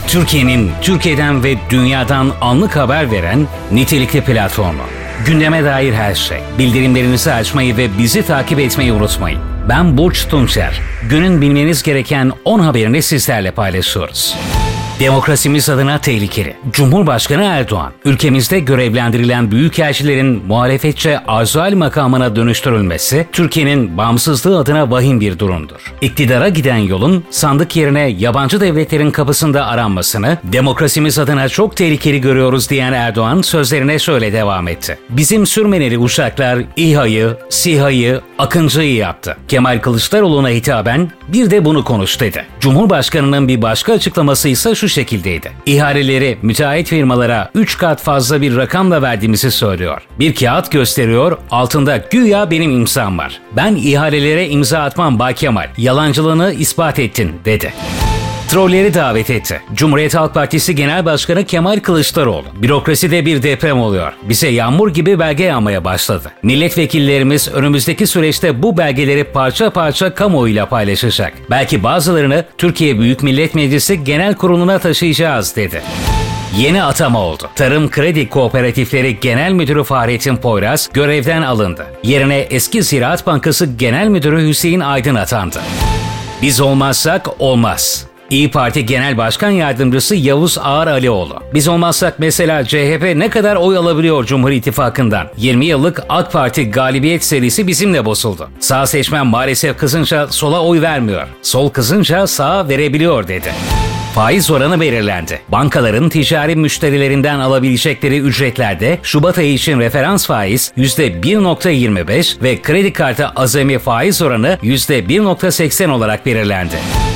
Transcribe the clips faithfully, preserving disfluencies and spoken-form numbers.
Türkiye'nin, Türkiye'den ve dünyadan anlık haber veren nitelikli platformu. Gündeme dair her şey. Bildirimlerinizi açmayı ve bizi takip etmeyi unutmayın. Ben Burç Tunçer. Günün bilmeniz gereken on haberini sizlerle paylaşıyoruz. Demokrasimiz adına tehlikeli. Cumhurbaşkanı Erdoğan, ülkemizde görevlendirilen büyükelçilerin muhalefetçe arzual makamına dönüştürülmesi, Türkiye'nin bağımsızlığı adına vahim bir durumdur. İktidara giden yolun sandık yerine yabancı devletlerin kapısında aranmasını demokrasimiz adına çok tehlikeli görüyoruz diyen Erdoğan sözlerine şöyle devam etti. Bizim sürmeneli uşaklar İHA'yı, SİHA'yı, Akıncı'yı yaptı. Kemal Kılıçdaroğlu'na hitaben bir de bunu konuş dedi. Cumhurbaşkanının bir başka açıklaması ise şu şekildeydi. İhaleleri müteahhit firmalara üç kat fazla bir rakamla verdiğimizi söylüyor. Bir kağıt gösteriyor, altında güya benim imzam var. Ben ihalelere imza atmam Bay Kemal. Yalancılığını ispat ettin dedi. Trolleri davet etti. Cumhuriyet Halk Partisi Genel Başkanı Kemal Kılıçdaroğlu. Bürokraside bir deprem oluyor. Bize yağmur gibi belge yağmaya başladı. Milletvekillerimiz önümüzdeki süreçte bu belgeleri parça parça kamuoyuyla paylaşacak. Belki bazılarını Türkiye Büyük Millet Meclisi Genel Kurulu'na taşıyacağız dedi. Yeni atama oldu. Tarım Kredi Kooperatifleri Genel Müdürü Fahrettin Poyraz görevden alındı. Yerine eski Ziraat Bankası Genel Müdürü Hüseyin Aydın atandı. Biz olmazsak olmaz. İYİ Parti Genel Başkan Yardımcısı Yavuz Ağar Alioğlu. Biz olmazsak mesela C H P ne kadar oy alabiliyor Cumhur İttifakı'ndan? yirmi yıllık AK Parti galibiyet serisi bizimle bozuldu. Sağ seçmen maalesef kızınca sola oy vermiyor. Sol kızınca sağa verebiliyor dedi. Faiz oranı belirlendi. Bankaların ticari müşterilerinden alabilecekleri ücretlerde Şubat ayı için referans faiz yüzde bir virgül yirmi beş ve kredi kartı azami faiz oranı yüzde bir virgül seksen olarak belirlendi.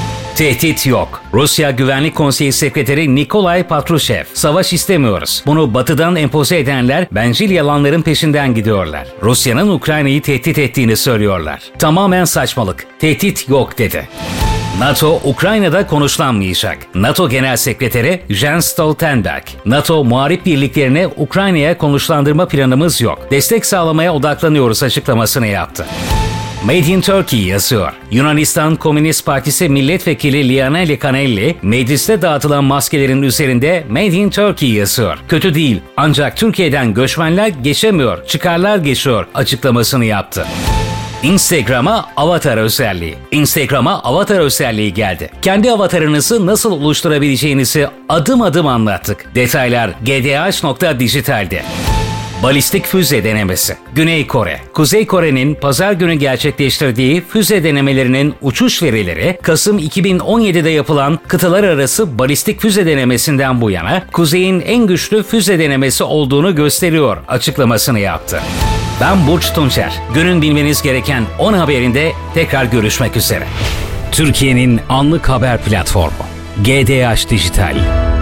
Tehdit yok. Rusya Güvenlik Konseyi Sekreteri Nikolay Patrushev, savaş istemiyoruz. Bunu batıdan empoze edenler bencil yalanların peşinden gidiyorlar. Rusya'nın Ukrayna'yı tehdit ettiğini söylüyorlar. Tamamen saçmalık. Tehdit yok dedi. NATO, Ukrayna'da konuşlanmayacak. NATO Genel Sekreteri Jens Stoltenberg, NATO muharip birliklerini Ukrayna'ya konuşlandırma planımız yok. Destek sağlamaya odaklanıyoruz açıklamasını yaptı. Made in Turkey yazıyor. Yunanistan Komünist Partisi Milletvekili Lianeli Kanelli, mecliste dağıtılan maskelerin üzerinde Made in Turkey yazıyor. Kötü değil, ancak Türkiye'den göçmenler geçemiyor, çıkarlar geçiyor açıklamasını yaptı. Instagram'a avatar özelliği. Instagram'a avatar özelliği geldi. Kendi avatarınızı nasıl oluşturabileceğinizi adım adım anlattık. Detaylar g d h nokta dijital'de. Balistik füze denemesi. Güney Kore, Kuzey Kore'nin pazar günü gerçekleştirdiği füze denemelerinin uçuş verileri, Kasım iki bin on yedide yapılan kıtalar arası balistik füze denemesinden bu yana Kuzey'in en güçlü füze denemesi olduğunu gösteriyor açıklamasını yaptı. Ben Burç Tunçer. Günün bilmeniz gereken on haberinde tekrar görüşmek üzere. Türkiye'nin anlık haber platformu G D H Dijital.